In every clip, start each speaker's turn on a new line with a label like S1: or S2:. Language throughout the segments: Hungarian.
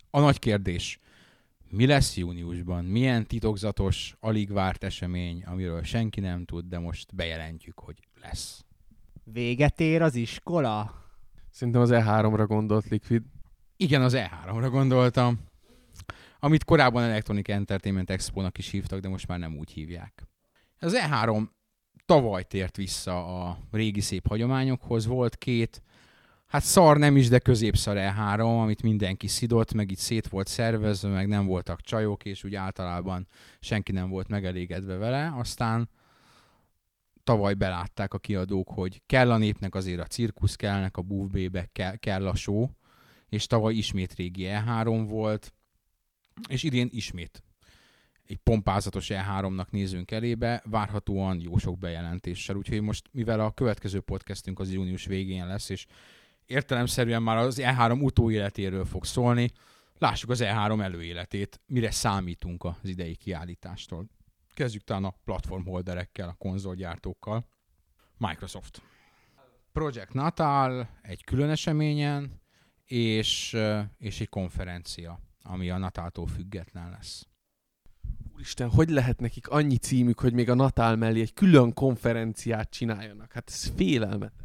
S1: A nagy kérdés, mi lesz júniusban? Milyen titokzatos, alig várt esemény, amiről senki nem tud, de most bejelentjük, hogy lesz.
S2: Véget ér az iskola?
S3: Szerintem az E3-ra gondolt Liquid.
S1: Igen, az E3-ra gondoltam, amit korábban Electronic Entertainment Expo-nak is hívtak, de most már nem úgy hívják. Az E3 tavaly tért vissza a régi szép hagyományokhoz. Volt két, hát szar nem is, de középszar E3, amit mindenki szidott, meg itt szét volt szervezve, meg nem voltak csajok, és úgy általában senki nem volt megelégedve vele. Aztán tavaly belátták a kiadók, hogy kell a népnek azért a cirkusz, kellnek a búvbébek, kell a show, és tavaly ismét régi E3 volt, és idén ismét egy pompázatos E3-nak nézünk elébe, várhatóan jó sok bejelentéssel. Úgyhogy most, mivel a következő podcastünk az június végén lesz, és értelemszerűen már az E3 utóéletéről fog szólni, lássuk az E3 előéletét, mire számítunk az idei kiállítástól. Kezdjük talán a platformholderekkel, a konzolgyártókkal. Microsoft. Project Natal egy külön eseményen, és egy konferencia, ami a Natáltól független lesz.
S3: Úristen, hogy lehet nekik annyi címük, hogy még a Natal mellé egy külön konferenciát csináljanak? Hát ez félelmetes.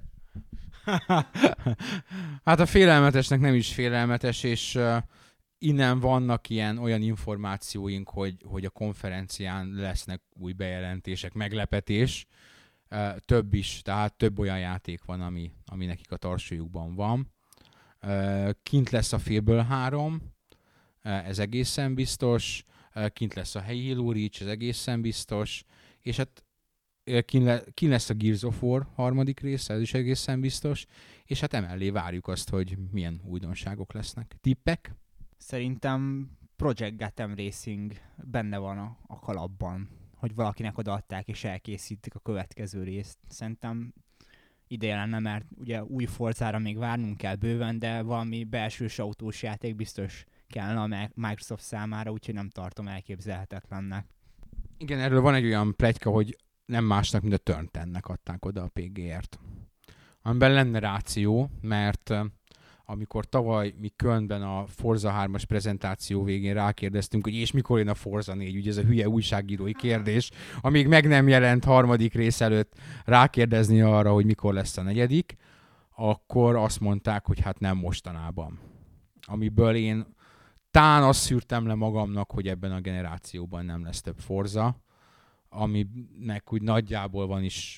S1: Hát a félelmetesnek nem is félelmetes, és innen vannak olyan információink, hogy a konferencián lesznek új bejelentések, meglepetés, több is, tehát több olyan játék van, ami nekik a tartsójukban van. Kint lesz a Fable 3, ez egészen biztos, kint lesz a Halo Reach, ez egészen biztos, és hát kint lesz a Gears of War harmadik része, ez is egészen biztos, és hát emellé várjuk azt, hogy milyen újdonságok lesznek. Tippek?
S2: Szerintem Project Gotham Racing benne van a kalapban, hogy valakinek odaadták és elkészítik a következő részt. Szerintem ideje lenne, mert ugye új Forzára még várnunk kell bőven, de valami belsős autós játék biztos kellene a Microsoft számára, úgyhogy nem tartom elképzelhetetlennek.
S1: Igen, erről van egy olyan pletyka, hogy nem másnak, mint a Turn 10-nek adták oda a PGR-t. Amiben lenne ráció, mert amikor tavaly mi Kölnben a Forza 3-as prezentáció végén rákérdeztünk, hogy és mikor jön a Forza 4, ugye ez a hülye újságírói kérdés, amíg meg nem jelent harmadik rész előtt rákérdezni arra, hogy mikor lesz a negyedik, akkor azt mondták, hogy hát nem mostanában. Amiből én talán azt szűrtem le magamnak, hogy ebben a generációban nem lesz több Forza, aminek úgy nagyjából van is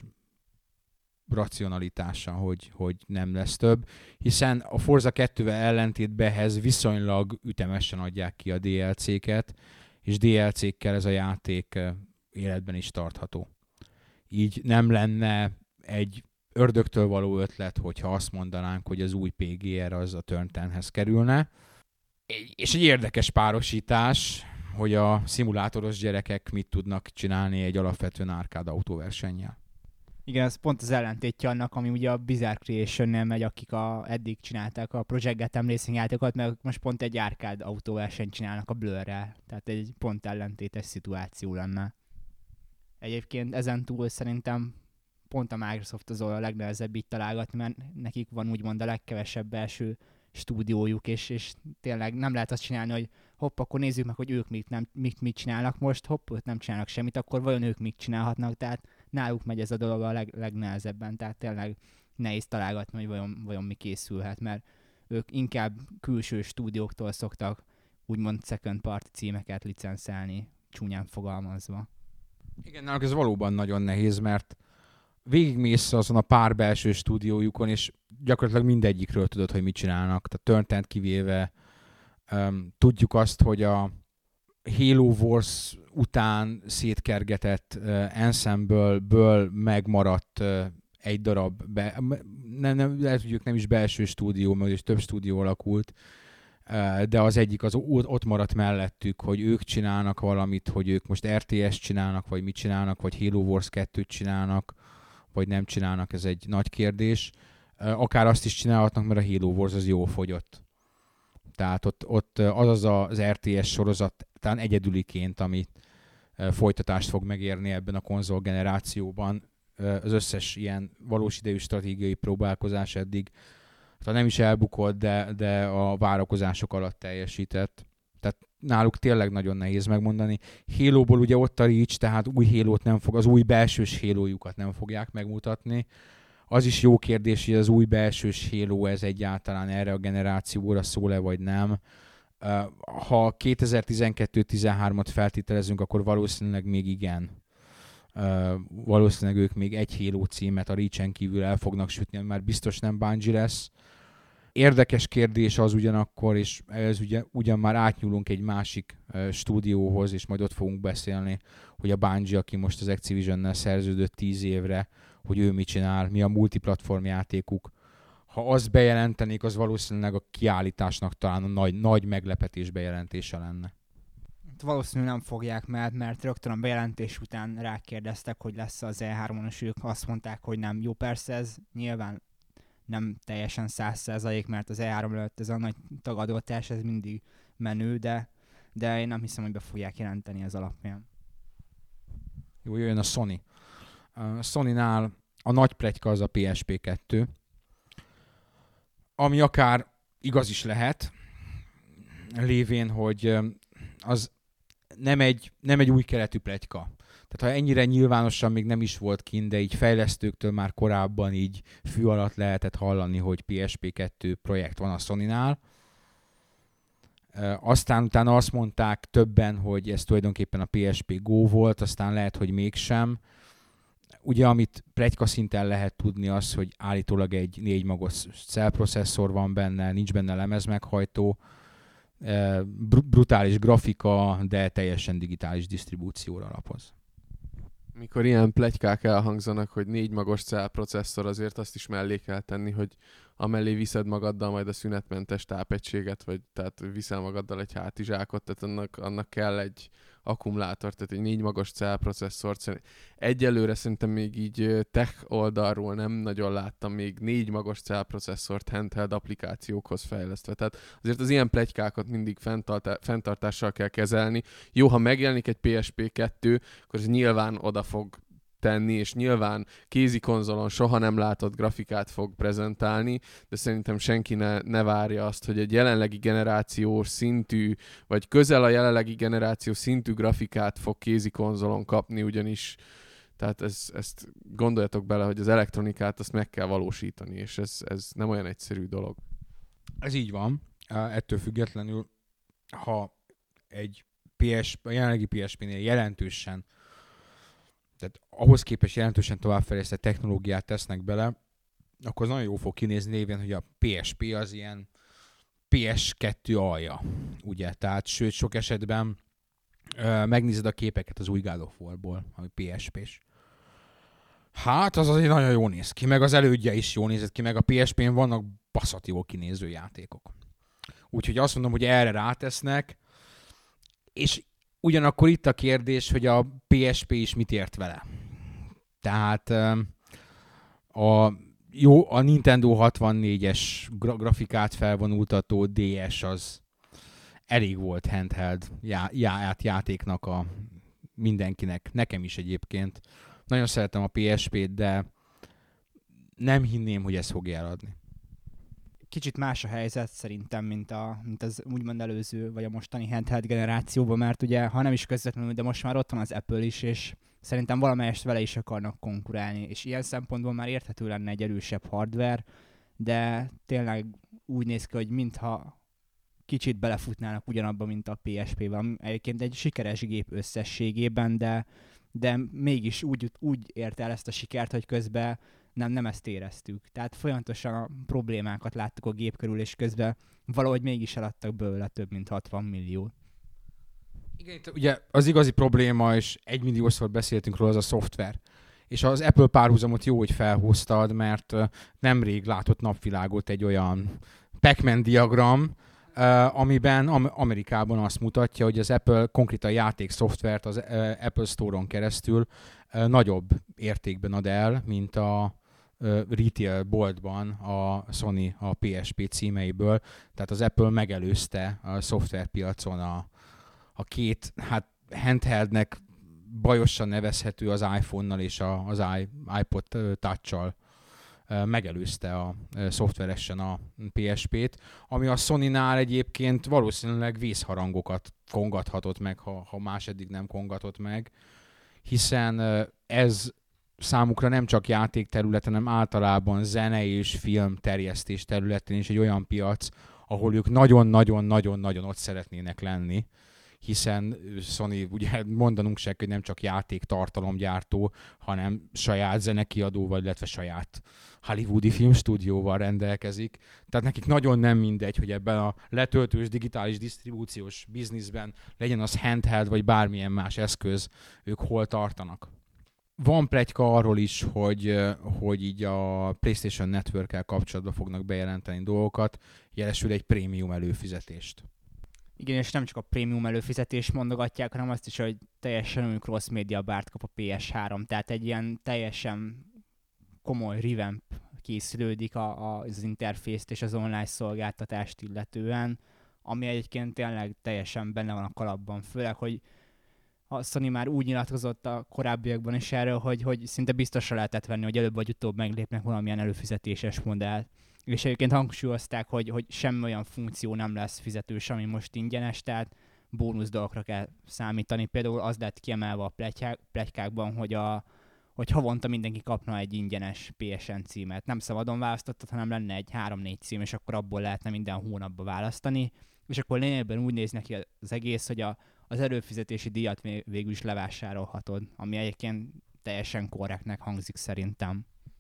S1: racionalitása, hogy nem lesz több, hiszen a Forza 2-vel ellentétben ehhez viszonylag ütemesen adják ki a DLC-ket, és DLC-kkel ez a játék életben is tartható. Így nem lenne egy ördögtől való ötlet, hogyha azt mondanánk, hogy az új PGR az a Turn 10-hez kerülne. És egy érdekes párosítás, hogy a szimulátoros gyerekek mit tudnak csinálni egy alapvetően arcade autóversennyel.
S2: Igen, ez pont az ellentétje annak, ami ugye a Bizarre Creation-nél megy, akik eddig csinálták a Project Gotham Racing játékokat, mert most pont egy arcade autóversenyt csinálnak a Blurrel. Tehát egy pont ellentétes szituáció lenne. Egyébként ezen túl szerintem pont a Microsoft az a legnehezebb itt találgatni, mert nekik van úgymond a legkevesebb belső stúdiójuk, és tényleg nem lehet azt csinálni, hogy hopp, akkor nézzük meg, hogy ők mit csinálnak most, hopp, ők nem csinálnak semmit, akkor vajon ők mit csinálhatnak, tehát náluk megy ez a dolog a legnehezebben, tehát tényleg nehéz találgatni, hogy vajon mi készülhet, mert ők inkább külső stúdióktól szoktak úgymond second party címeket licenszelni, csúnyán fogalmazva.
S1: Igen, náluk ez valóban nagyon nehéz, mert végigmész azon a pár belső stúdiójukon, és gyakorlatilag mindegyikről tudod, hogy mit csinálnak. Tehát Turn 10 kivéve tudjuk azt, hogy a Halo Wars után szétkergetett Ensemble-ből megmaradt egy darab, lehet, hogy ők nem is belső stúdió, mert is több stúdió alakult, de az egyik az ott maradt mellettük, hogy ők csinálnak valamit, hogy ők most RTS csinálnak, vagy mit csinálnak, vagy Halo Wars 2-t csinálnak, vagy nem csinálnak, ez egy nagy kérdés. Akár azt is csinálhatnak, mert a Halo Wars az jól fogyott. Tehát ott az RTS sorozat talán egyedüliként, ami folytatást fog megérni ebben a konzol generációban. Az összes ilyen valós idejű stratégiai próbálkozás eddig Tehát nem is elbukott, de a várakozások alatt teljesített. Tehát náluk tényleg nagyon nehéz megmondani. Halo-ból ugye ott a Reach, tehát új Halo-t nem fog, az új belsős Halo-jukat nem fogják megmutatni. Az is jó kérdés, hogy az új belsős Halo ez egyáltalán erre a generációra szól-e vagy nem. Ha 2012-13-at feltételezünk, akkor valószínűleg még igen. Valószínűleg ők még egy Halo címet a Reach-en kívül el fognak sütni, ami már biztos nem Bungie lesz. Érdekes kérdés az ugyanakkor, és ez ugyan már átnyúlunk egy másik stúdióhoz, és majd ott fogunk beszélni, hogy a Bungie, aki most az Activisionnel szerződött 10 évre, hogy ő mit csinál, mi a multiplatform játékuk. Ha azt bejelentenék, az valószínűleg a kiállításnak talán a nagy meglepetés bejelentése lenne.
S2: Valószínűleg nem fogják, mert rögtön a bejelentés után rákérdeztek, hogy lesz az E3-on, és ők azt mondták, hogy nem. Jó, persze ez nyilván nem teljesen 100%, mert az E3 előtt ez a nagy tagadótás, ez mindig menő, de én nem hiszem, hogy be fogják jelenteni ez alapján.
S1: Jó, jöjjön a Sony. A Sony-nál a nagy pletyka az a PSP2, ami akár igaz is lehet, lévén, hogy az nem egy új keletű pletyka. Tehát ha ennyire nyilvánosan még nem is volt kint, de így fejlesztőktől már korábban így fű alatt lehetett hallani, hogy PSP2 projekt van a Sony-nál. Aztán utána azt mondták többen, hogy ez tulajdonképpen a PSP Go volt, aztán lehet, hogy mégsem. Ugye, amit pletyka szinten lehet tudni az, hogy állítólag egy 4 magos cellprocesszor van benne, nincs benne lemezmeghajtó, brutális grafika, de teljesen digitális disztribúcióra alapoz.
S3: Mikor ilyen pletykák elhangzanak, hogy 4 magos cellprocesszor, azért azt is mellé kell tenni, hogy amellé viszed magaddal majd a szünetmentes tápegységet, vagy tehát viszel magaddal egy hátizsákot, tehát annak kell egy akkumulátor, tehát egy 4 magos cellprocesszort. Egyelőre szerintem még így tech oldalról nem nagyon láttam még 4 magos cellprocesszort handheld applikációkhoz fejlesztve. Tehát azért az ilyen pletykákat mindig fenntartással kell kezelni. Jó, ha megjelenik egy PSP2, akkor ez nyilván oda fog tenni, és nyilván kézi konzolon soha nem látott grafikát fog prezentálni, de szerintem senki ne várja azt, hogy egy jelenlegi generációs szintű, vagy közel a jelenlegi generáció szintű grafikát fog kézi konzolon kapni, ugyanis tehát ezt gondoljatok bele, hogy az elektronikát azt meg kell valósítani, és ez nem olyan egyszerű dolog.
S1: Ez így van. Ettől függetlenül, ha egy a jelenlegi PSP-nél jelentősen, tehát ahhoz képest jelentősen továbbfejlesztett technológiát tesznek bele, akkor az nagyon jó fog kinézni lévén, hogy a PSP az ilyen PS2 alja, ugye? Tehát sőt, sok esetben megnézed a képeket az új God of War-ból, ami PSP-s. Hát, az azért nagyon jól néz ki, meg az elődje is jól nézett ki, meg a PSP-n vannak baszat jól kinéző játékok. Úgyhogy azt mondom, hogy erre rátesznek, és ugyanakkor itt a kérdés, hogy a PSP is mit ért vele. Tehát a Nintendo 64-es grafikát felvonultató DS az elég volt handheld játéknak a mindenkinek, nekem is egyébként. Nagyon szeretem a PSP-t, de nem hinném, hogy ezt fogja eladni.
S2: Kicsit más a helyzet szerintem, mint az úgymond előző, vagy a mostani handheld generációban, mert ugye, ha nem is közvetlenül, de most már ott van az Apple is, és szerintem valamelyest vele is akarnak konkurálni, és ilyen szempontból már érthető lenne egy erősebb hardware, de tényleg úgy néz ki, hogy mintha kicsit belefutnának ugyanabba, mint a PSP-vel. Egyébként egy sikeres gép összességében, de mégis úgy ért el ezt a sikert, hogy közben nem ezt éreztük. Tehát folyamatosan a problémákat láttuk a gép körül, és közben valahogy mégis eladtak belőle több mint 60 milliót.
S1: Igen, ugye az igazi probléma, és 1 milliószor beszéltünk róla, az a szoftver. És az Apple párhuzamot jó, hogy felhoztad, mert nemrég látott napvilágot egy olyan Pac-Man diagram, amiben Amerikában azt mutatja, hogy az Apple konkrétan játék szoftvert az Apple Store-on keresztül nagyobb értékben ad el, mint a retail boltban a Sony a PSP címeiből. Tehát az Apple megelőzte a szoftverpiacon a két handheldnek bajosan nevezhető az iPhone-nal és az iPod Touch-sal megelőzte a szoftveresen a PSP-t, ami a Sony-nál egyébként valószínűleg vészharangokat kongathatott meg, ha más eddig nem kongatott meg, hiszen ez számukra nem csak játékterületen, hanem általában zene és film terjesztés területén is egy olyan piac, ahol ők nagyon-nagyon-nagyon-nagyon ott szeretnének lenni, hiszen Sony, ugye mondanunk se, hogy nem csak játéktartalomgyártó, hanem saját zenekiadóval, illetve saját hollywoodi filmstúdióval rendelkezik. Tehát nekik nagyon nem mindegy, hogy ebben a letöltős digitális disztribúciós bizniszben legyen az handheld, vagy bármilyen más eszköz, ők hol tartanak. Van pletyka arról is, hogy így a PlayStation Network-kel kapcsolatban fognak bejelenteni dolgokat, jelesül egy prémium előfizetést.
S2: Igen, és nem csak a prémium előfizetést mondogatják, hanem azt is, hogy teljesen új cross-media bárt kap a PS3, tehát egy ilyen teljesen komoly revamp készülődik az interfészt és az online szolgáltatást illetően, ami egyébként tényleg teljesen benne van a kalapban, főleg, hogy a Sony már úgy nyilatkozott a korábbiakban is erről, hogy szinte biztosra lehetett venni, hogy előbb vagy utóbb meglépnek valamilyen előfizetéses modellt. És egyébként hangsúlyozták, hogy semmi olyan funkció nem lesz fizetős, ami most ingyenes, tehát bónusz dolgokra kell számítani. Például az lett kiemelve a pletykákban, hogy havonta mindenki kapna egy ingyenes PSN címet. Nem szabadon választottad, hanem lenne egy 3-4 cím, és akkor abból lehetne minden hónapban választani. És akkor lényegben úgy néz neki az egész, hogy az előfizetési díjat végül is levásárolhatod, ami egyébként teljesen korrektnek hangzik szerintem.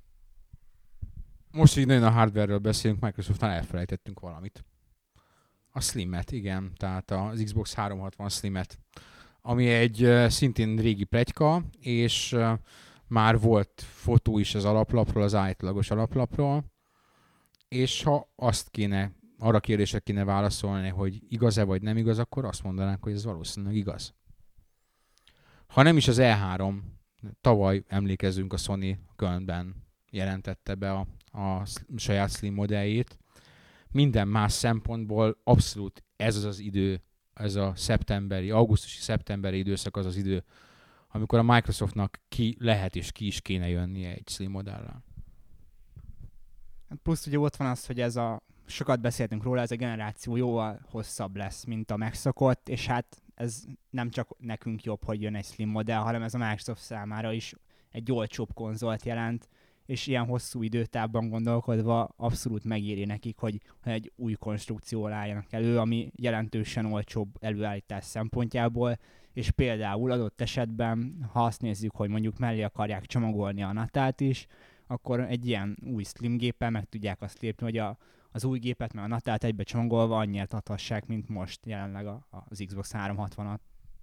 S1: Most, hogy nagyon a hardware-ről beszélünk, Microsoftnál elfelejtettünk valamit. A Slim-et, igen, tehát az Xbox 360 Slim-et, ami egy szintén régi pletyka, és már volt fotó is az alaplapról, az állítólagos alaplapról, és ha arra kérdésre kéne válaszolni, hogy igaz-e vagy nem igaz, akkor azt mondanánk, hogy ez valószínűleg igaz. Ha nem is az E3, tavaly emlékezünk a Sony Kölnben jelentette be a saját Slim modelljét. Minden más szempontból abszolút ez az idő, ez a augusztusi-szeptemberi időszak az idő, amikor a Microsoftnak ki lehet és ki is kéne jönnie egy Slim modellel.
S2: Plusz ugye ott van az, hogy sokat beszéltünk róla, ez a generáció jóval hosszabb lesz, mint a megszokott, és hát ez nem csak nekünk jobb, hogy jön egy Slim modell, hanem ez a Microsoft számára is egy olcsóbb konzolt jelent, és ilyen hosszú időtávban gondolkodva abszolút megéri nekik, hogy egy új konstrukcióval álljanak elő, ami jelentősen olcsóbb előállítás szempontjából, és például adott esetben, ha azt nézzük, hogy mondjuk mellé akarják csomagolni a NAT-át is, akkor egy ilyen új Slim géppel meg tudják azt lépni, hogy az új gépet meg a NAT-át egybe csomagolva annyira adhassák, mint most jelenleg az Xbox 360-at.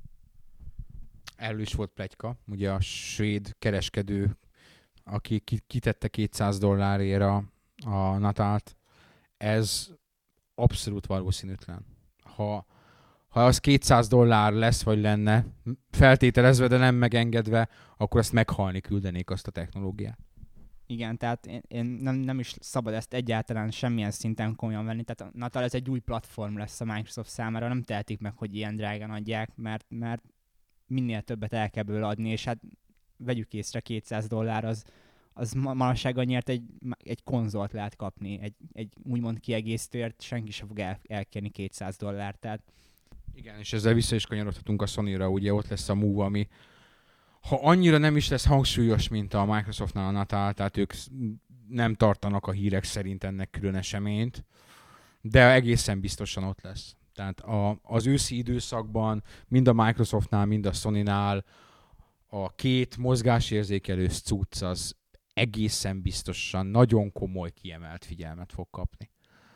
S1: Erről is volt pletyka, ugye a svéd kereskedő, aki kitette $200 a NAT-át, ez abszolút valószínűtlen. Ha az $200 lesz, vagy lenne, feltételezve, de nem megengedve, akkor azt meghalni küldenék azt a technológiát.
S2: Igen, tehát én nem is szabad ezt egyáltalán semmilyen szinten komolyan venni. Tehát a Natal ez egy új platform lesz a Microsoft számára, nem tehetik meg, hogy ilyen drágán adják, mert minél többet el kell belőle adni, és hát vegyük észre, $200 az manapság annyiért egy konzolt lehet kapni, egy úgymond kiegészítőért senki sem fog elkérni $200, tehát
S1: igen, és ezzel vissza is kanyarodhatunk a Sony-ra, ugye ott lesz a Move, ami ha annyira nem is lesz hangsúlyos, mint a Microsoftnál a Natal, tehát ők nem tartanak a hírek szerint ennek külön eseményt, de egészen biztosan ott lesz. Tehát az őszi időszakban mind a Microsoftnál, mind a Sonynál a két mozgásérzékelő cucc az egészen biztosan nagyon komoly kiemelt figyelmet fog kapni.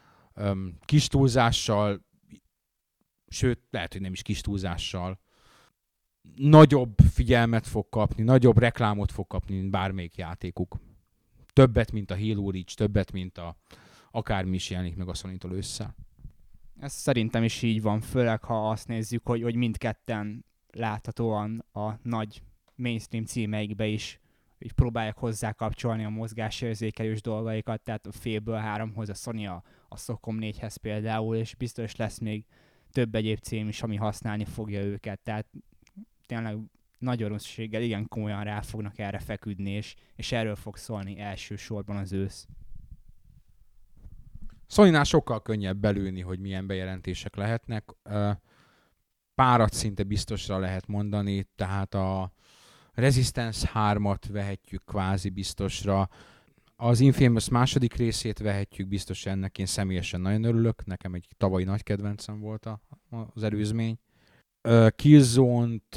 S1: Kis túlzással, sőt, lehet, hogy nem is kis túlzással, nagyobb figyelmet fog kapni, nagyobb reklámot fog kapni, mint bármelyik játékuk. Többet, mint a Halo Reach, többet, mint akármi is jelenik meg a Sony-tól össze.
S2: Ez szerintem is így van, főleg ha azt nézzük, hogy mindketten láthatóan a nagy mainstream címeikbe is így próbálják hozzá kapcsolni a mozgásérzékelős dolgaikat, tehát a Fable 3-hoz, a Sony a Socom 4-hez például, és biztos lesz még több egyéb cím is, ami használni fogja őket, tehát tényleg nagy valószínűséggel igen komolyan rá fognak erre feküdni, és erről fog szólni elsősorban az ősz.
S1: Sonynál sokkal könnyebb belülni, hogy milyen bejelentések lehetnek. Párat szinte biztosra lehet mondani, tehát a Resistance 3-at vehetjük kvázi biztosra. Az Infamous második részét vehetjük biztos, ennek én személyesen nagyon örülök. Nekem egy tavalyi nagy kedvencem volt az előzmény. Killzone-t,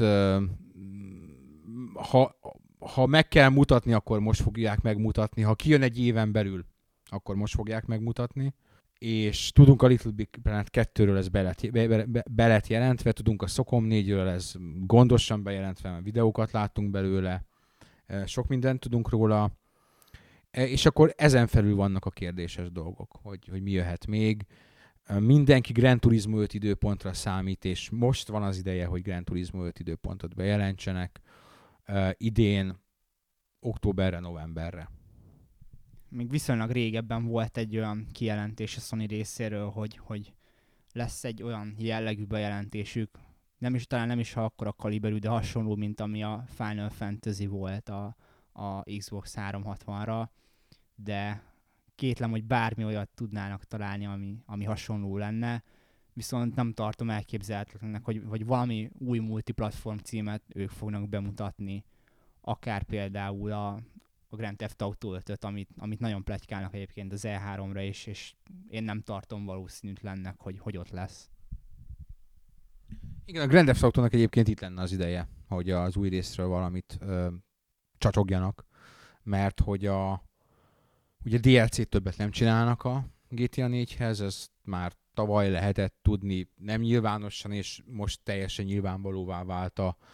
S1: ha meg kell mutatni, akkor most fogják megmutatni. Ha kijön egy éven belül, akkor most fogják megmutatni. És tudunk a Little Big Planet 2-ről, ez be lett jelentve, tudunk a Socom 4-ről, ez gondosan bejelentve, mert videókat láttunk belőle, sok mindent tudunk róla, és akkor ezen felül vannak a kérdéses dolgok, hogy mi jöhet még. Mindenki Gran Turismo 5 időpontra számít, és most van az ideje, hogy Gran Turismo 5 időpontot bejelentsenek idén, októberre, novemberre.
S2: Még viszonylag régebben volt egy olyan kijelentés a Sony részéről, hogy lesz egy olyan jellegű bejelentésük, talán nem is akkora kaliberű, de hasonló, mint ami a Final Fantasy volt a Xbox 360-ra, de kétlem, hogy bármi olyat tudnának találni, ami hasonló lenne, viszont nem tartom elképzelhetetlennek, hogy valami új multiplatform címet ők fognak bemutatni, akár például a Grand Theft Auto 5-öt, amit nagyon pletykálnak egyébként az E3-ra is, és én nem tartom valószínűtlennek, hogy ott lesz.
S1: Igen, a Grand Theft Autónak egyébként itt lenne az ideje, hogy az új részről valamit csacsogjanak, mert hogy ugye DLC többet nem csinálnak a GTA 4-hez, ez már tavaly lehetett tudni nem nyilvánosan, és most teljesen nyilvánvalóvá vált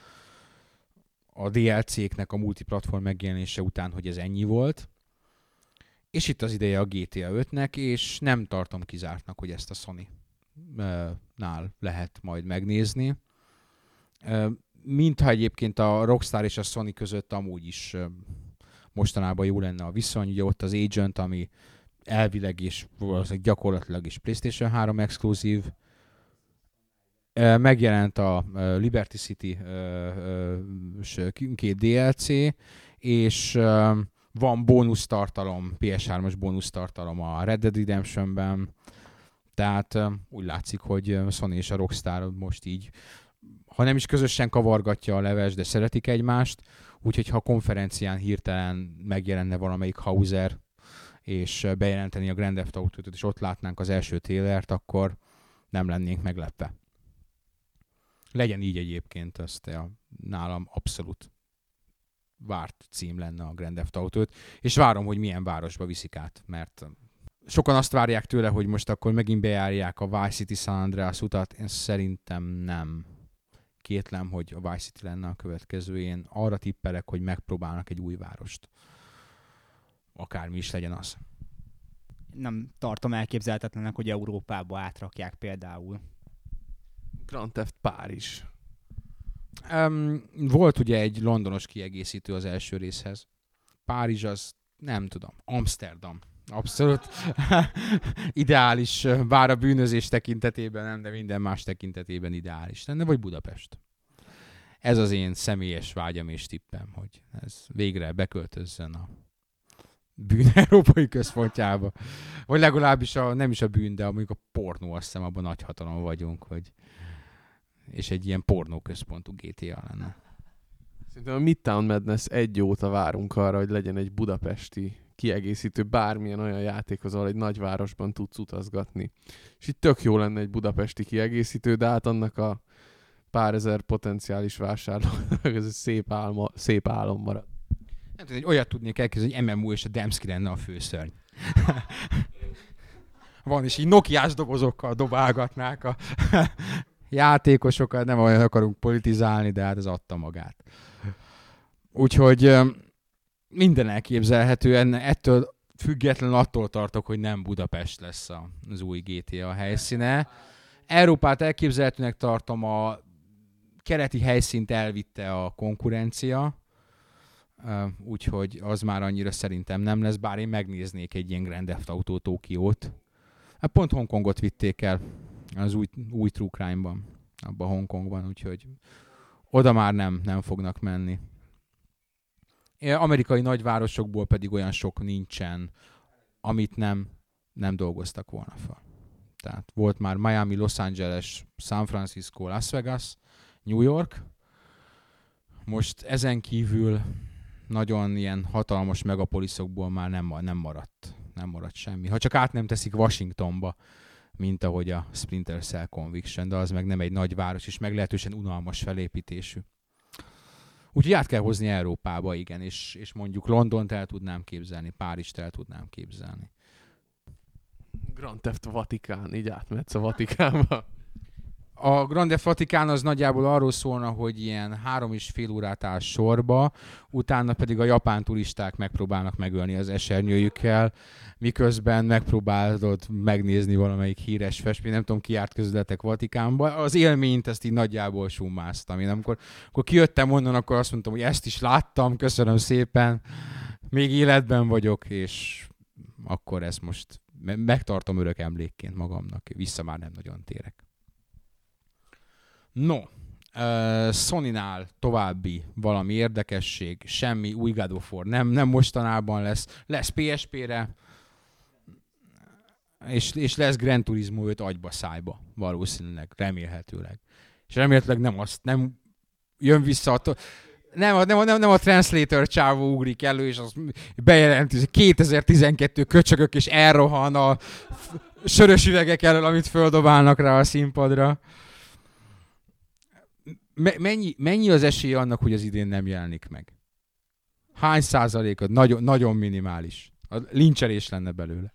S1: a DLC-knek a multiplatform megjelenése után, hogy ez ennyi volt. És itt az ideje a GTA 5-nek, és nem tartom kizártnak, hogy ezt a Sony-nál lehet majd megnézni. Mintha egyébként a Rockstar és a Sony között amúgy is mostanában jó lenne a viszony. Ugye ott az Agent, ami elvileg és gyakorlatilag is PlayStation 3 exkluzív. Megjelent a Liberty City 2 DLC, és van bónusz tartalom, PS3-as bónusz tartalom a Red Dead Redemptionben, tehát úgy látszik, hogy a Sony és a Rockstar most így, ha nem is közösen kavargatja a leves, de szeretik egymást, úgyhogy ha a konferencián hirtelen megjelenne valamelyik Hauser, és bejelenteni a Grand Theft Auto-t, és ott látnánk az első trailert, akkor nem lennénk meglepve. Legyen így egyébként, azt nálam abszolút várt cím lenne a Grand Theft Auto-t, és várom, hogy milyen városba viszik át, mert sokan azt várják tőle, hogy most akkor megint bejárják a Vice City San Andreas utat, én szerintem nem. Kétlem, hogy a Vice City lenne a következő, én arra tippelek, hogy megpróbálnak egy új várost. Akármi is legyen az.
S2: Nem tartom elképzelhetetlennek, hogy Európába átrakják például.
S3: Grand Theft Párizs.
S1: Volt ugye egy londonos kiegészítő az első részhez. Párizs az, nem tudom, Amsterdam. Abszolút ideális, bár a bűnözés tekintetében nem, de minden más tekintetében ideális lenne, vagy Budapest. Ez az én személyes vágyam és tippem, hogy ez végre beköltözzön a bűn európai központjába. Vagy legalábbis nem is a bűn, de mondjuk a pornó, azt hiszem abban nagy hatalom vagyunk, hogy és egy ilyen pornóközpontú GTA lenne.
S3: Szerintem a Midtown Madness 1 óta várunk arra, hogy legyen egy budapesti kiegészítő bármilyen olyan játékhoz, ahol egy nagyvárosban tudsz utazgatni. És itt tök jó lenne egy budapesti kiegészítő, de hát annak a pár ezer potenciális vásárlónak ez egy szép álom marad.
S1: Nem tudom, hogy olyat tudnék elképzelni, hogy MMO és a Demszki lenne a főszörny. Van, és így Nokiás dobozokkal dobálgatnák a játékosokat, nem olyan akarunk politizálni, de hát ez adta magát. Úgyhogy minden elképzelhető, ettől függetlenül attól tartok, hogy nem Budapest lesz az új GTA helyszíne. Európát elképzelhetőnek tartom, a keleti helyszínt elvitte a konkurencia, úgyhogy az már annyira szerintem nem lesz, bár én megnéznék egy ilyen Grand Theft Auto Tokiót. Hát pont Hongkongot vitték el az új True Crime-ban, abban Hongkongban, úgyhogy oda már nem fognak menni. Amerikai nagyvárosokból pedig olyan sok nincsen, amit nem dolgoztak volna fel. Tehát volt már Miami, Los Angeles, San Francisco, Las Vegas, New York. Most ezen kívül nagyon ilyen hatalmas megapoliszokból már nem maradt semmi. Ha csak át nem teszik Washingtonba, mint ahogy a Splinter Cell Conviction, de az meg nem egy nagy város, és meglehetősen unalmas felépítésű. Úgyhogy át kell hozni Európába, igen, és mondjuk Londont el tudnám képzelni, Párizst el tudnám képzelni.
S3: Grand Theft Vatikán, így átmehetsz a Vatikánba.
S1: A Grand Theft Vatikán az nagyjából arról szólna, hogy ilyen 3,5 órát áll sorba, utána pedig a japán turisták megpróbálnak megölni az esernyőjükkel, miközben megpróbálod megnézni valamelyik híres festményt, nem tudom, ki járt közületek Vatikánba. Az élményt ezt így nagyjából summáztam. Én amikor kijöttem onnan, akkor azt mondtam, hogy ezt is láttam, köszönöm szépen, még életben vagyok, és akkor ezt most megtartom örök emlékként magamnak, vissza már nem nagyon térek. No, Sonynál további valami érdekesség, semmi új God of War nem mostanában lesz PSP-re, és lesz Gran Turismo 5 agyba szájba, valószínűleg, remélhetőleg. És remélhetőleg nem jön vissza nem a translator csávó ugrik elő, és az bejelenti, hogy 2012 köcsögök, és elrohan a sörös üvegek elől, amit földobálnak rá a színpadra. Mennyi az esély annak, hogy az idén nem jelenik meg? Hány százalékod? Nagyon, nagyon minimális. A lincselés lenne belőle.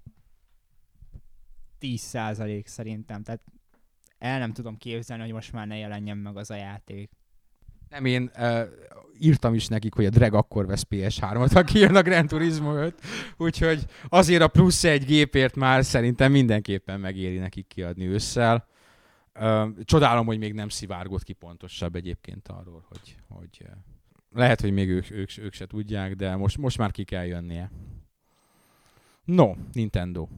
S2: 10% szerintem. Tehát el nem tudom képzelni, hogy most már ne jelenjen meg az a játék.
S1: Nem, én írtam is nekik, hogy a Drag akkor vesz PS3-ot, ha kijön a Gran Turismo 5, úgyhogy azért a plusz egy gépért már szerintem mindenképpen megéri nekik kiadni ősszel. Csodálom, hogy még nem szivárgott ki pontosabb egyébként arról, hogy lehet, hogy még ők se tudják, de most már ki kell jönnie. No, Nintendo.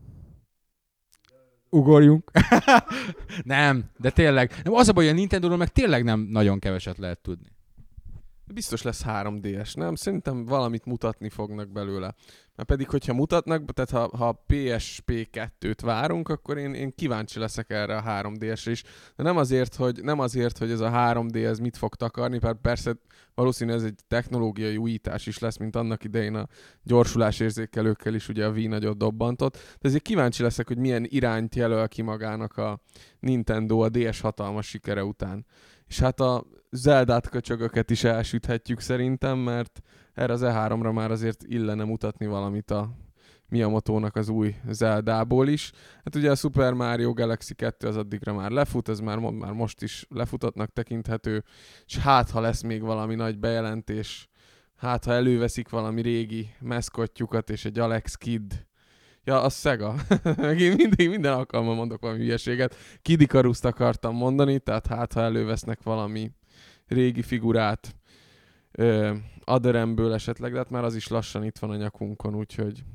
S1: Ugorjunk. Nem, de tényleg. Nem, az a baj, hogy a Nintendo-ról meg tényleg nem nagyon keveset lehet tudni.
S3: Biztos lesz 3DS, nem? Szerintem valamit mutatni fognak belőle. Mert pedig, hogyha mutatnak, tehát ha PSP 2-t várunk, akkor én kíváncsi leszek erre a 3DS-re is. De nem azért, hogy ez a 3D ez mit fog takarni, mert persze valószínűleg ez egy technológiai újítás is lesz, mint annak idején a gyorsulásérzékelőkkel is ugye a Wii nagyot dobbantott. De ezért kíváncsi leszek, hogy milyen irányt jelöl ki magának a Nintendo a DS hatalmas sikere után. És hát a Zeldát köcsögöket is elsüthetjük szerintem, mert erre az E3-ra már azért illene mutatni valamit a Miyamoto-nak az új Zeldából is. Hát ugye a Super Mario Galaxy 2 az addigra már lefut, ez már most is lefutottnak tekinthető, és hát ha lesz még valami nagy bejelentés, hát ha előveszik valami régi meszkottjukat és egy Alex Kidd. Ja, az Sega. Én minden alkalommal mondok valami hülyeséget. Kid Icarust akartam mondani, tehát hát ha elővesznek valami régi figurát Otheremből esetleg, de hát már az is lassan itt van a nyakunkon, úgyhogy...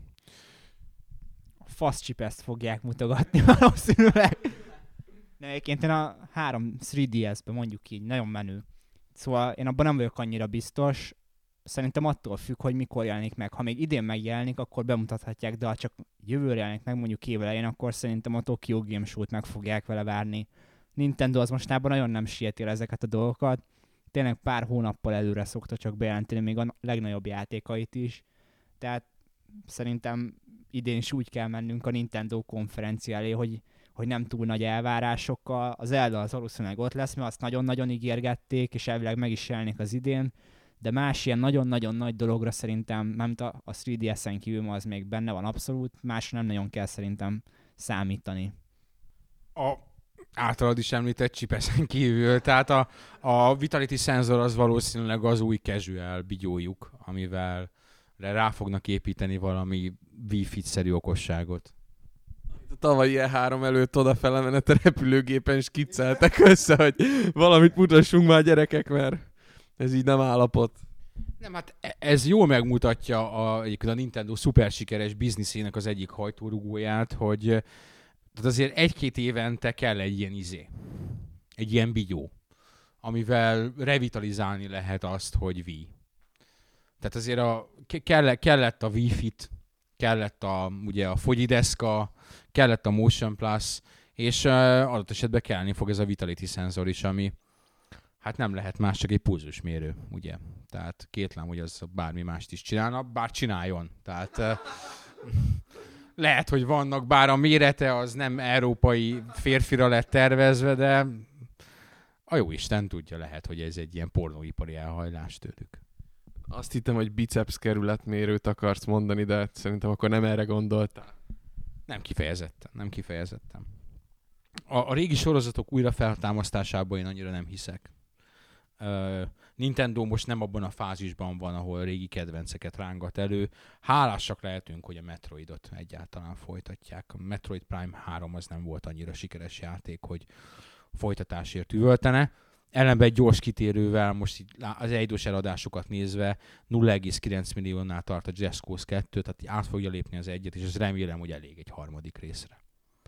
S2: A faszcsipeszt fogják mutogatni valószínűleg. De egyébként én a 3DS-ben mondjuk így, nagyon menő. Szóval én abban nem vagyok annyira biztos. Szerintem attól függ, hogy mikor jelenik meg. Ha még idén megjelenik, akkor bemutathatják, de ha csak jövőre jelenik meg, mondjuk évelején, akkor szerintem a Tokyo Game Show-t meg fogják vele várni. Nintendo az mostában nagyon nem sieti ezeket a dolgokat. Tényleg pár hónappal előre szokta csak bejelenteni még a legnagyobb játékait is. Tehát szerintem idén is úgy kell mennünk a Nintendo konferencia elé, hogy nem túl nagy elvárásokkal. Az Zelda az valószínűleg ott lesz, mert azt nagyon-nagyon ígérgették, és elvileg meg is jelenik az idén. De más ilyen nagyon-nagyon nagy dologra szerintem, mármint a 3DS-en kívül az még benne van abszolút, másra nem nagyon kell szerintem számítani.
S1: A általad is említett chipesen kívül, tehát a Vitality Sensor az valószínűleg az új casual bigyójuk, amivel rá fognak építeni valami Wii Fit-szerű okosságot.
S3: A tavalyi E3 előtt odafele menet a repülőgépen skicceltek össze, hogy valamit mutassunk már gyerekek, mert ez így nem állapot.
S1: Nem, hát ez jól megmutatja a Nintendo szuper sikeres bizniszének az egyik hajtórugóját, hogy tehát azért 1-2 évente kell egy ilyen egy ilyen bigyó, amivel revitalizálni lehet azt, hogy Wii. Tehát azért kellett a Wii Fit, kellett ugye a fogyideszka, kellett a Motion Plus, és adott esetben kelleni fog ez a Vitality szenzor is, ami hát nem lehet más, csak egy pulzusmérő, ugye. Tehát kétlem, hogy az bármi mást is csinálna, bár csináljon. Tehát lehet, hogy vannak, bár a mérete az nem európai férfira lett tervezve, de a jó Isten tudja, lehet, hogy ez egy ilyen pornóipari elhajlás tőlük.
S3: Azt hittem, hogy biceps kerületmérőt akarsz mondani, de szerintem akkor nem erre gondoltál.
S1: Nem kifejezetten. A régi sorozatok újra feltámasztásában én annyira nem hiszek. Nintendo most nem abban a fázisban van, ahol a régi kedvenceket rángat elő. Hálásak lehetünk, hogy a Metroidot egyáltalán folytatják. A Metroid Prime 3 az nem volt annyira sikeres játék, hogy folytatásért üvöltene. Ellenben egy gyors kitérővel, most az egydós eladásokat nézve 0,9 milliónál tart a Just Cause 2, tehát át fogja lépni az egyet, és ez remélem, hogy elég egy harmadik részre.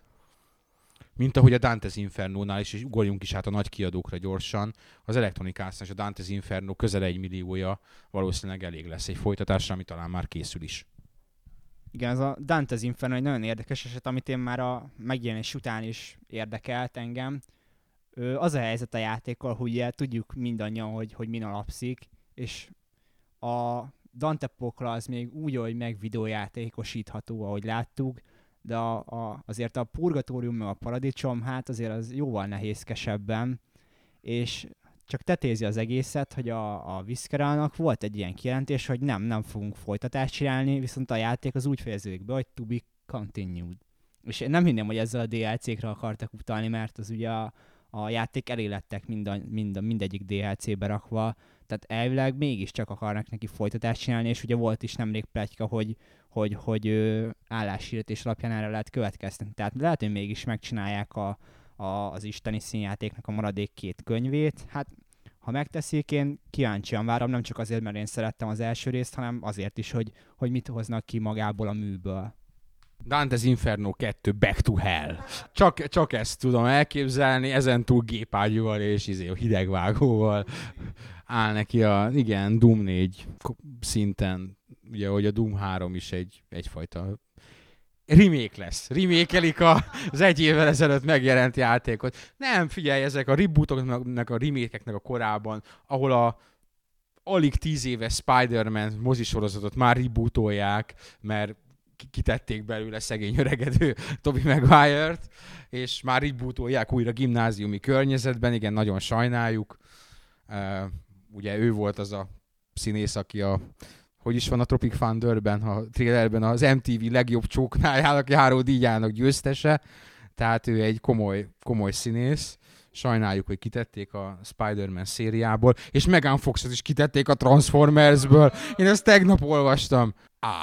S1: Mint ahogy a Dante's Inferno-nál is, és ugorjunk is át a nagy kiadókra gyorsan, az Electronic Arts-nál és a Dante's Inferno közel 1 milliója valószínűleg elég lesz egy folytatásra, ami talán már készül is.
S2: Igen, az a Dante's Inferno egy nagyon érdekes eset, amit én már a megjelenés után is érdekelt engem. Az a helyzet a játékkal, hogy ugye tudjuk mindannyian, hogy min alapszik, és a Dante pokla az még úgy, hogy megvideójátékosítható, ahogy láttuk, de azért a Purgatórium meg a Paradicsom, hát azért az jóval nehézkesebben, és csak tetézi az egészet, hogy a Visceralnak volt egy ilyen kijelentés, hogy nem fogunk folytatást csinálni, viszont a játék az úgy fejeződik be, hogy to be continued. És én nem hinném, hogy ezzel a DLC-kre akartak utalni, mert az ugye a játék elé lettek mindegyik DLC-be rakva, tehát elvileg mégiscsak akarnak neki folytatást csinálni, és ugye volt is nemrég pletyka, hogy álláshirdetés alapján erre lehet következtetni. Tehát lehet, hogy mégis megcsinálják az isteni színjátéknak a maradék 2 könyvét. Hát, ha megteszik, én kíváncsian várom, nem csak azért, mert én szerettem az első részt, hanem azért is, hogy mit hoznak ki magából a műből.
S1: Dante's Inferno 2 Back to Hell. Csak ezt tudom elképzelni, ezentúl gépágyúval és hidegvágóval áll neki igen, Doom 4 szinten, ugye, hogy a Doom 3 is egyfajta remake lesz. Remake-elik az 1 évvel ezelőtt megjelent játékot. Nem, figyelj, ezek a rebootoknak, a remake-eknek a korában, ahol alig 10 éves Spider-Man mozisorozatot már rebootolják, mert kitették belőle szegény öregedő Tobey Maguire-t, és már rebootolják újra gimnáziumi környezetben, igen, nagyon sajnáljuk. Ugye ő volt az a színész, aki hogy is van a Tropic Thunderben, a trailerben az MTV legjobb csóknájának járó díjának győztese, tehát ő egy komoly színész. Sajnáljuk, hogy kitették a Spider-Man szériából, és Megan Foxot is kitették a Transformersből. Én ezt tegnap olvastam.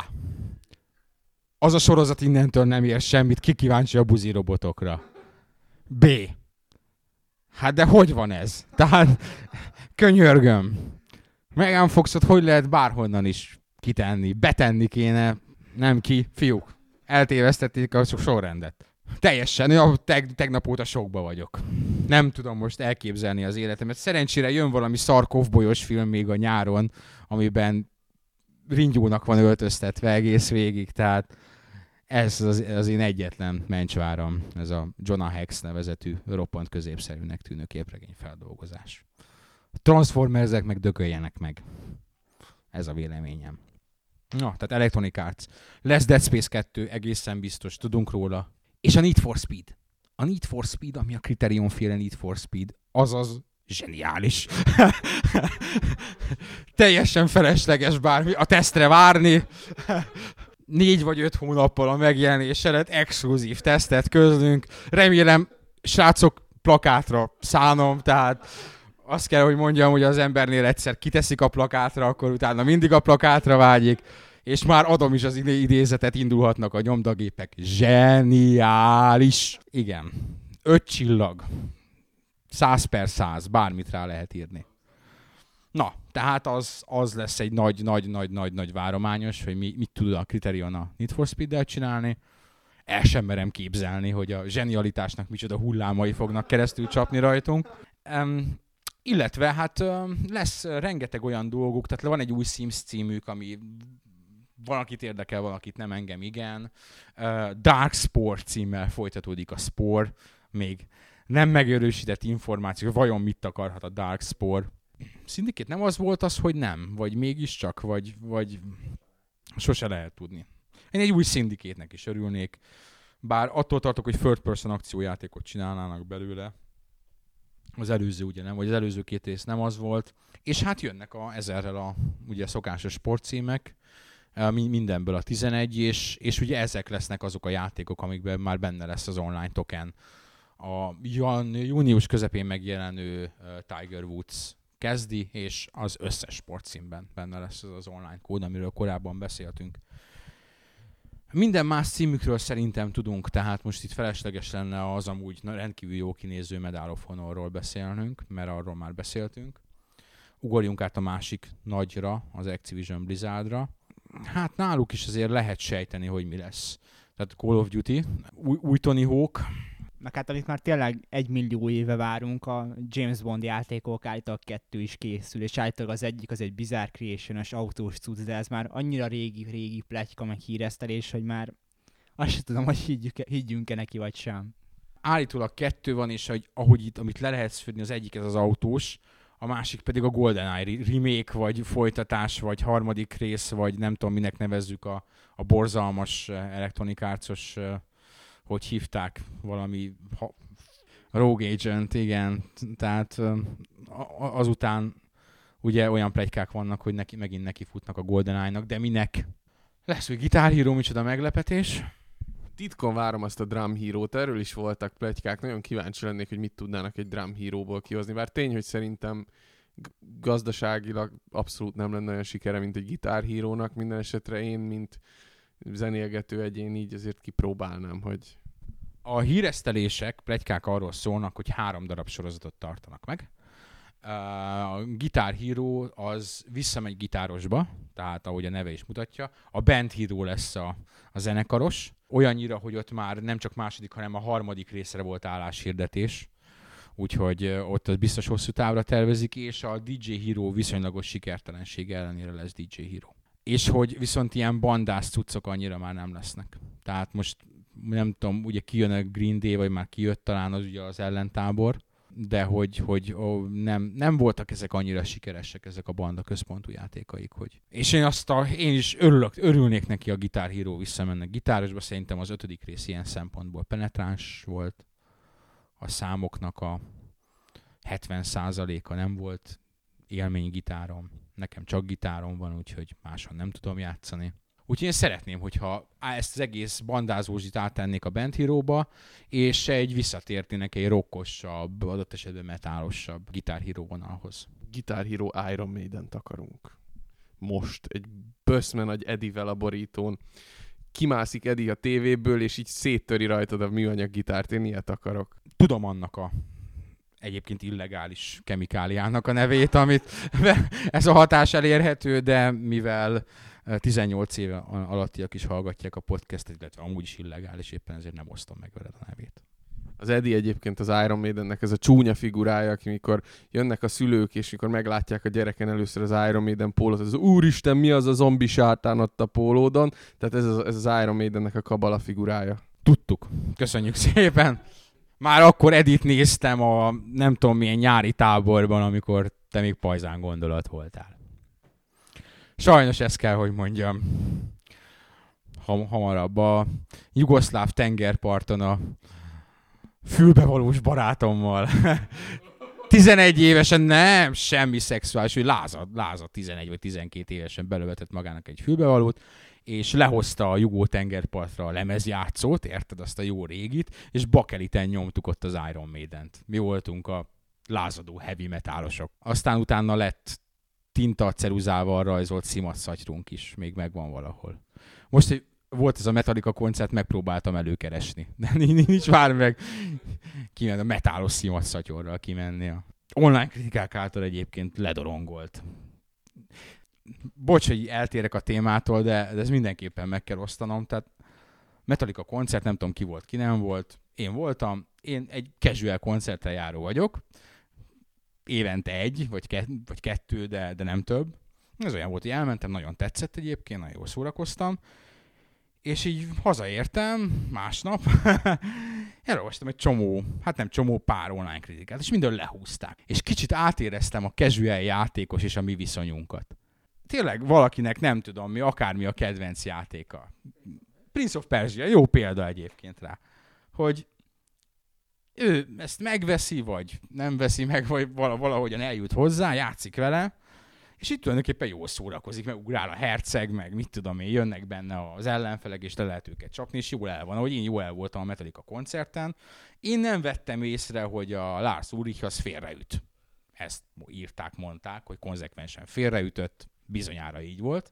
S1: Az a sorozat innentől nem ér semmit, ki kíváncsi a buzi robotokra. B. Hát de hogy van ez? Tehát könyörgöm. Megan Foxot hogy lehet bárhonnan is kitenni? Betenni kéne. Nem ki. Fiúk, eltévesztették a sorrendet. Teljesen, tegnap óta sokba vagyok. Nem tudom most elképzelni az életemet. Szerencsére jön valami szar kovbolyos film még a nyáron, amiben ringyónak van öltöztetve egész végig, tehát ez az én egyetlen mencsváram, ez a Jonah Hex nevezetű roppant középszerűnek tűnő képregény feldolgozás. A Transformersek meg dököljenek meg. Ez a véleményem. Na, tehát Electronic Arts. Lesz Dead Space 2, egészen biztos, tudunk róla. És a Need for Speed. A Need for Speed, ami a Criterion féle Need for Speed, azaz zseniális. Teljesen felesleges bármi, a tesztre várni. 4 vagy 5 hónappal a megjelenés előtt exkluzív tesztet közlünk. Remélem, srácok, plakátra szánom, tehát azt kell, hogy mondjam, hogy az embernél egyszer kiteszik a plakátra, akkor utána mindig a plakátra vágyik, és már adom is az idézetet, indulhatnak a nyomdagépek. Zseniális! Igen. 5 csillag. 100/100, bármit rá lehet írni. Na, tehát az lesz egy nagy várományos, hogy mit tud a Criterion a Need for Speed-del csinálni. El sem merem képzelni, hogy a zsenialitásnak micsoda hullámai fognak keresztül csapni rajtunk. Illetve hát lesz rengeteg olyan dolguk, tehát van egy új Sims címük, ami valakit érdekel, valakit nem, engem igen. Dark Spore címmel folytatódik a Spore, még nem megerősített információ, vajon mit akarhat a Dark Spore. Syndicate nem az volt az, hogy nem, vagy mégiscsak, vagy sose lehet tudni. Én egy új Syndicate-nek is örülnék, bár attól tartok, hogy third person akciójátékot csinálnának belőle. Az előző ugye nem, vagy az előző 2 rész nem az volt. És hát jönnek ezerrel a ugye szokásos sportcímek, mindenből a 11, és ugye ezek lesznek azok a játékok, amikben már benne lesz az online token. A június közepén megjelenő Tiger Woods kezdi, és az összes sportcímben benne lesz az online kód, amiről korábban beszéltünk. Minden más címükről szerintem tudunk, tehát most itt felesleges lenne az amúgy rendkívül jó kinéző Medal of Honorról beszélnünk, mert arról már beszéltünk. Ugorjunk át a másik nagyra, az Activision Blizzardra. Hát náluk is azért lehet sejteni, hogy mi lesz. Tehát Call of Duty, új Tony Hawk.
S2: Meg hát amit már tényleg 1 millió éve várunk, a James Bond játékok, állítólag 2 is készül, és állítólag az egyik az egy Bizarre Creation-os autós cucc, de ez már annyira régi pletyka, meg híresztelés, hogy már azt sem tudom, hogy higgyünk-e neki, vagy sem.
S1: Állítólag 2 van, és ahogy itt, amit le lehet szűrni, az egyik ez az autós, a másik pedig a GoldenEye remake, vagy folytatás, vagy harmadik rész, vagy nem tudom, minek nevezzük a borzalmas Electronic Arts-os, hogy hívták, valami Rogue Agent, igen. Tehát azután ugye olyan pletykák vannak, hogy megint neki futnak a GoldenEye-nak, de minek? Lesz, hogy Guitar Hero, micsoda meglepetés.
S3: Titkon várom azt a Drum Hero-t, erről is voltak pletykák, nagyon kíváncsi lennék, hogy mit tudnának egy Drum Hero-ból kihozni, bár tény, hogy szerintem gazdaságilag abszolút nem lenne olyan sikere, mint egy Guitar Hero-nak, minden esetre én, mint zenélgető egyén így azért kipróbálnám, hogy...
S1: A híresztelések, pletykák arról szólnak, hogy 3 darab sorozatot tartanak meg. A Guitar Hero az visszamegy gitárosba, tehát ahogy a neve is mutatja. A Band Hero lesz a zenekaros, olyannyira, hogy ott már nem csak második, hanem a harmadik részre volt álláshirdetés, úgyhogy ott az biztos hosszú távra tervezik, és a DJ Hero viszonylagos sikertelenség ellenére lesz DJ Hero. És hogy viszont ilyen bandás cuccok annyira már nem lesznek. Tehát most nem tudom, ugye kijön a Green Day, vagy már kijött talán az ugye az ellentábor, de hogy nem voltak ezek annyira sikeresek, ezek a banda központú játékaik. És én is örülnék neki, a Guitar Hero visszamenne gitárosba, szerintem az 5. rész ilyen szempontból penetráns volt. A számoknak a 70%-a nem volt élménygitárom. Nekem csak gitárom van, úgyhogy máshol nem tudom játszani. Úgyhogy én szeretném, hogyha ezt az egész bandázózsit áttennék a Band Hero-ba, és visszatértének egy rockosabb, adott esetben metálosabb Guitar Hero vonalhoz.
S3: Guitar Hero Iron Maident akarunk. Most egy böszme nagy Eddie-vel a borítón. Kimászik Eddie a tévéből, és így széttöri rajtad a műanyag gitárt. Én ilyet akarok.
S1: Tudom annak a egyébként illegális kemikáliának a nevét, amit ez a hatás elérhető, de mivel 18 éve alattiak is hallgatják a podcastet, illetve amúgy is illegális, éppen ezért nem osztom meg veled a nevét.
S3: Az Eddie egyébként az Iron Maidennek ez a csúnya figurája, aki mikor jönnek a szülők, és mikor meglátják a gyereken először az Iron Maiden pólót, az úristen, mi az a zombi sátán ott a pólódon? Tehát ez az Iron Maidennek a kabala figurája.
S1: Tudtuk. Köszönjük szépen. Már akkor Edit néztem a nem tudom milyen nyári táborban, amikor te még pajzán gondolat voltál. Sajnos ezt kell, hogy mondjam. Hamarabb a jugoszláv tengerparton a fülbevalós barátommal. 11 évesen nem, semmi szexuális, hogy lázad 11 vagy 12 évesen belövetett magának egy fülbevalót, és lehozta a jugó tengerpartra a lemezjátszót, érted, azt a jó régit, és bakeliten nyomtuk ott az Iron Maident. Mi voltunk a lázadó heavy metálosok. Aztán utána lett tinta ceruzával rajzolt szimatszatyrunk is, még megvan valahol. Most, hogy volt ez a Metallica koncert, megpróbáltam előkeresni, de nincs már meg kimenni a metálos szimatszatyorral kimenni. A online kritikák által egyébként ledorongolt. Bocs, hogy eltérek a témától, de ez mindenképpen meg kell osztanom. Tehát Metallica koncert, nem tudom ki volt, ki nem volt. Én voltam, én egy casual koncertre járó vagyok. évente egy, vagy kettő, de nem több. Ez olyan volt, hogy elmentem, nagyon tetszett egyébként, nagyon jól szórakoztam. És így hazaértem másnap, elolvastam egy csomó, hát nem csomó, pár online kritikát, és mindől lehúzták. És kicsit átéreztem a casual játékos és a mi viszonyunkat. Tényleg valakinek nem tudom mi, akármi a kedvenc játéka. Prince of Persia, jó példa egyébként rá, hogy ő ezt megveszi, vagy nem veszi meg, vagy valahogyan eljut hozzá, játszik vele, és itt tulajdonképpen jól szórakozik, meg ugrál a herceg, meg mit tudom én, jönnek benne az ellenfelek, és le lehet őket csapni, és jól el van. Ahogy én jól el voltam a Metallica koncerten, én nem vettem észre, hogy a Lars Ulrich az félreüt. Ezt írták, mondták, hogy konzekvensen félreütött, bizonyára így volt.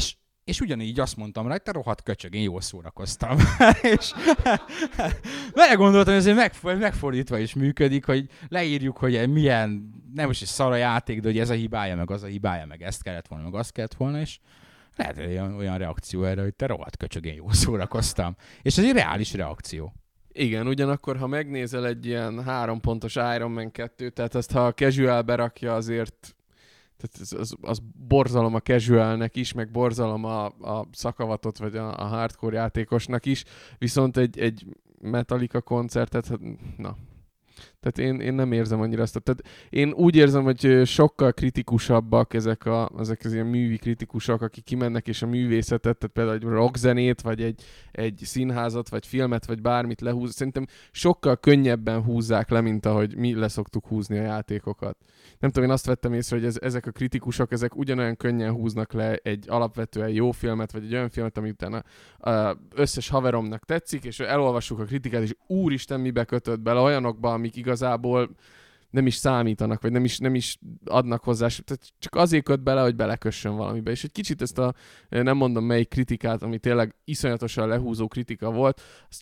S1: És ugyanígy azt mondtam rá, hogy te rohadt köcsög, én jól szórakoztam. És belegondoltam, hogy ezért megfordítva is működik, hogy leírjuk, hogy milyen, nem most is szar a játék, de hogy ez a hibája, meg az a hibája, meg ezt kellett volna, meg azt kellett volna, és lehet olyan reakció erre, hogy te rohadt köcsög, én jól szórakoztam. És ez egy reális reakció.
S3: Igen, ugyanakkor, ha megnézel egy ilyen 3 pontos Iron Man 2, tehát azt, ha a casual berakja, azért tehát az borzalom a casualnek is, meg borzalom a szakavatot, vagy a hardcore játékosnak is, viszont egy Metallica koncertet, hát, na. Tehát én nem érzem annyira azt. Tehát én úgy érzem, hogy sokkal kritikusabbak ezek az ilyen művi kritikusok, akik kimennek és a művészetet, tehát például egy rockzenét, vagy egy színházat, vagy filmet, vagy bármit lehúz. Szerintem sokkal könnyebben húzzák le, mint ahogy mi leszoktuk húzni a játékokat. Nem tudom, én azt vettem észre, hogy ezek a kritikusok, ezek ugyanolyan könnyen húznak le egy alapvetően jó filmet, vagy egy olyan filmet, ami utána összes haveromnak tetszik, és elolvassuk a kritikát, és úristen, mibe kötött bele olyanokba, amik igazából nem is számítanak, vagy nem is adnak hozzá, tehát csak azért köt bele, hogy belekössön valamibe. És egy kicsit ezt nem mondom melyik kritikát, ami tényleg iszonyatosan lehúzó kritika volt,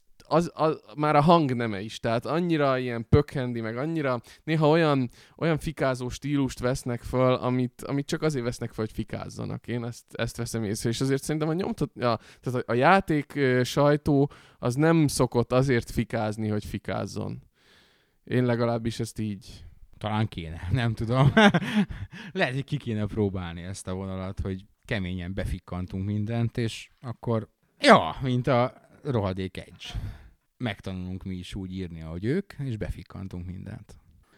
S3: az már a hangneme is, tehát annyira ilyen pökhendi, meg annyira néha olyan fikázó stílust vesznek föl, amit csak azért vesznek föl, hogy fikázzanak. Én ezt veszem észre, és azért szerintem tehát a játék sajtó az nem szokott azért fikázni, hogy fikázzon. Én legalábbis ezt így...
S1: Talán kéne, nem tudom. Lehet, hogy ki kéne próbálni ezt a vonalat, hogy keményen befikkantunk mindent, és akkor, mint a rohadék Edge. Megtanulunk mi is úgy írni, ahogy ők, és befikkantunk mindent.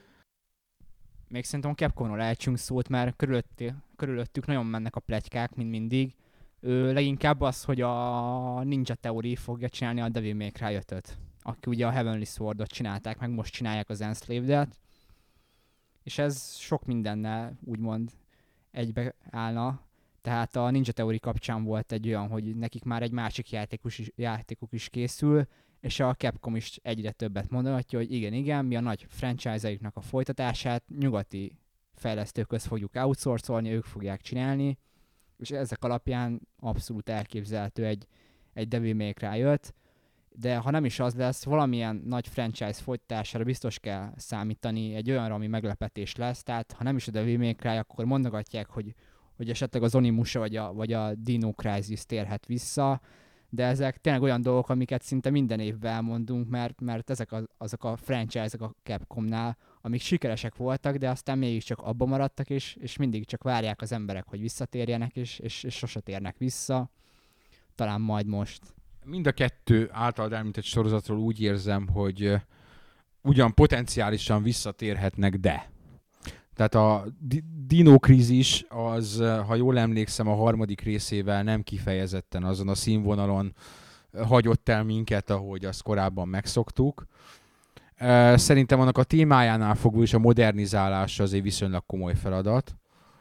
S2: Még szerintem a Capcomról ejtsünk szót, mert körülöttük nagyon mennek a pletykák, mint mindig. Leginkább az, hogy a Ninja Theory fogja csinálni a Devil May Cry 5-öt, aki ugye a Heavenly Sword-ot csinálták, meg most csinálják az Enslaved-et. És ez sok mindennel úgymond egybe állna. Tehát a Ninja Theory kapcsán volt egy olyan, hogy nekik már egy másik játékuk is készül, és a Capcom is egyre többet mondatja, hogy igen, mi a nagy franchise-aiknak a folytatását nyugati fejlesztőkhöz fogjuk outsourcolni, ők fogják csinálni, és ezek alapján abszolút elképzelhető egy Devil May Cry 5, de ha nem is az lesz, valamilyen nagy franchise folytatására biztos kell számítani, egy olyanra, ami meglepetés lesz, tehát ha nem is a Devil May Cry, akkor mondogatják, hogy esetleg az Onimusha vagy a Dino Crisis térhet vissza, de ezek tényleg olyan dolgok, amiket szinte minden évben elmondunk, mert ezek azok a franchise-ok a Capcomnál, amik sikeresek voltak, de aztán mégiscsak abba maradtak, és mindig csak várják az emberek, hogy visszatérjenek, és sose térnek vissza. Talán majd most.
S1: Mind a kettő általad említett sorozatról úgy érzem, hogy ugyan potenciálisan visszatérhetnek, de. Tehát a Dino Crisis az, ha jól emlékszem, a 3. részével nem kifejezetten azon a színvonalon hagyott el minket, ahogy azt korábban megszoktuk. Szerintem annak a témájánál fogva is a modernizálása azért viszonylag komoly feladat.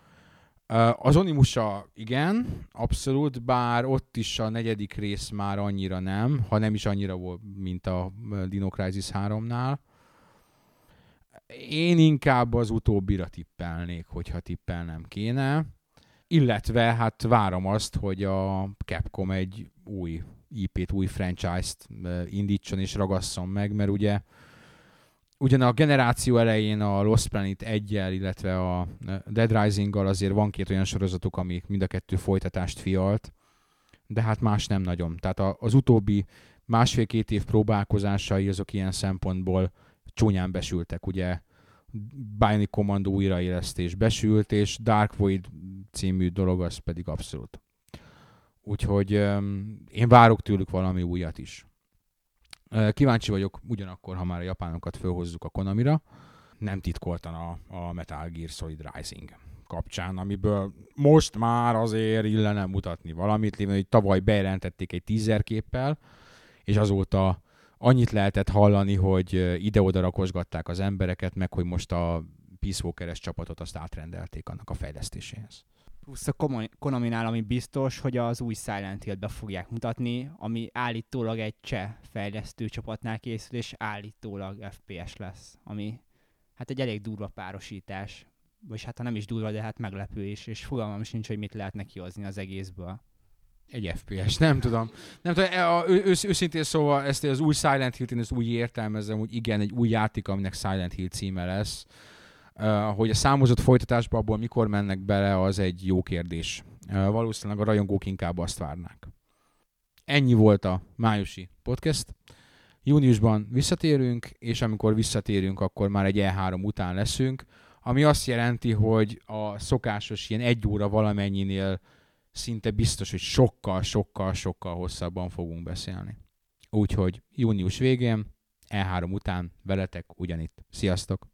S1: Az Onimusha igen, abszolút, bár ott is a 4. rész már annyira nem, ha nem is annyira volt, mint a Dino Crisis 3-nál. Én inkább az utóbbira tippelnék, hogyha tippelnem kéne. Illetve hát várom azt, hogy a Capcom egy új IP-t, új franchise-t indítson és ragasszon meg, mert ugyan a generáció elején a Lost Planet 1-jel, illetve a Dead Rising-gal azért van 2 olyan sorozatok, amik mind a 2 folytatást fialt, de hát más nem nagyon. Tehát az utóbbi 1,5-2 év próbálkozásai azok ilyen szempontból csúnyán besültek, ugye Bionic Commando újraélesztés besült, és Dark Void című dolog az pedig abszolút. Úgyhogy én várok tőlük valami újat is. Kíváncsi vagyok ugyanakkor, ha már a japánokat fölhozzuk a Konamira, nem titkoltan a Metal Gear Solid Rising kapcsán, amiből most már azért illene mutatni valamit, lévén, hogy tavaly bejelentették egy teaserképpel, és azóta annyit lehetett hallani, hogy ide-oda rakosgatták az embereket, meg hogy most a Peace Walker-es csapatot azt átrendelték annak a fejlesztéséhez.
S2: Plusz a Konaminál, ami biztos, hogy az új Silent Hill-t be fogják mutatni, ami állítólag egy cseh fejlesztő csapatnál készül, és állítólag FPS lesz, ami hát egy elég durva párosítás. Vagy hát ha nem is durva, de hát meglepő is, és fogalmam is nincs, hogy mit lehet neki hozni az egészből.
S1: Egy FPS, nem tudom. Őszintén szóval ezt az új Silent Hill-t én ezt úgy értelmezem, hogy igen, egy új játék, aminek Silent Hill címe lesz. Hogy a számozott folytatásba abból mikor mennek bele, az egy jó kérdés. Valószínűleg a rajongók inkább azt várnák. Ennyi volt a májusi podcast. Júniusban visszatérünk, és amikor visszatérünk, akkor már egy E3 után leszünk, ami azt jelenti, hogy a szokásos ilyen 1 óra valamennyinél szinte biztos, hogy sokkal hosszabban fogunk beszélni. Úgyhogy június végén, E3 után veletek ugyanitt. Sziasztok!